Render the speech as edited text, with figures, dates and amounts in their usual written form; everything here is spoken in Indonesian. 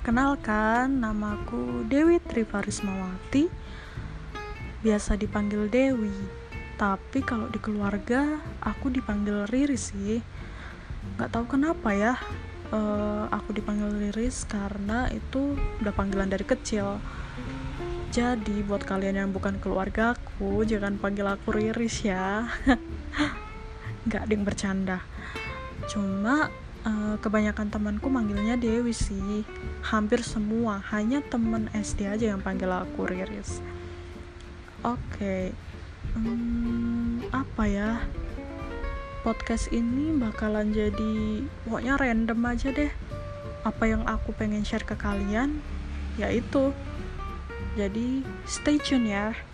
Perkenalkan, namaku Dewi Trivarismawati, biasa dipanggil Dewi. Tapi kalau di keluarga, aku dipanggil Riris sih. Gak tahu kenapa ya, aku dipanggil Riris karena itu udah panggilan dari kecil. Jadi buat kalian yang bukan keluargaku, jangan panggil aku Riris ya. Gak ding, bercanda. Cuma kebanyakan temanku manggilnya Dewi sih. Hampir semua, hanya temen SD aja yang panggil aku Riris. Oke. Apa ya, podcast ini bakalan jadi pokoknya random aja deh. Apa yang aku pengen share ke kalian, yaitu. Jadi stay tune ya.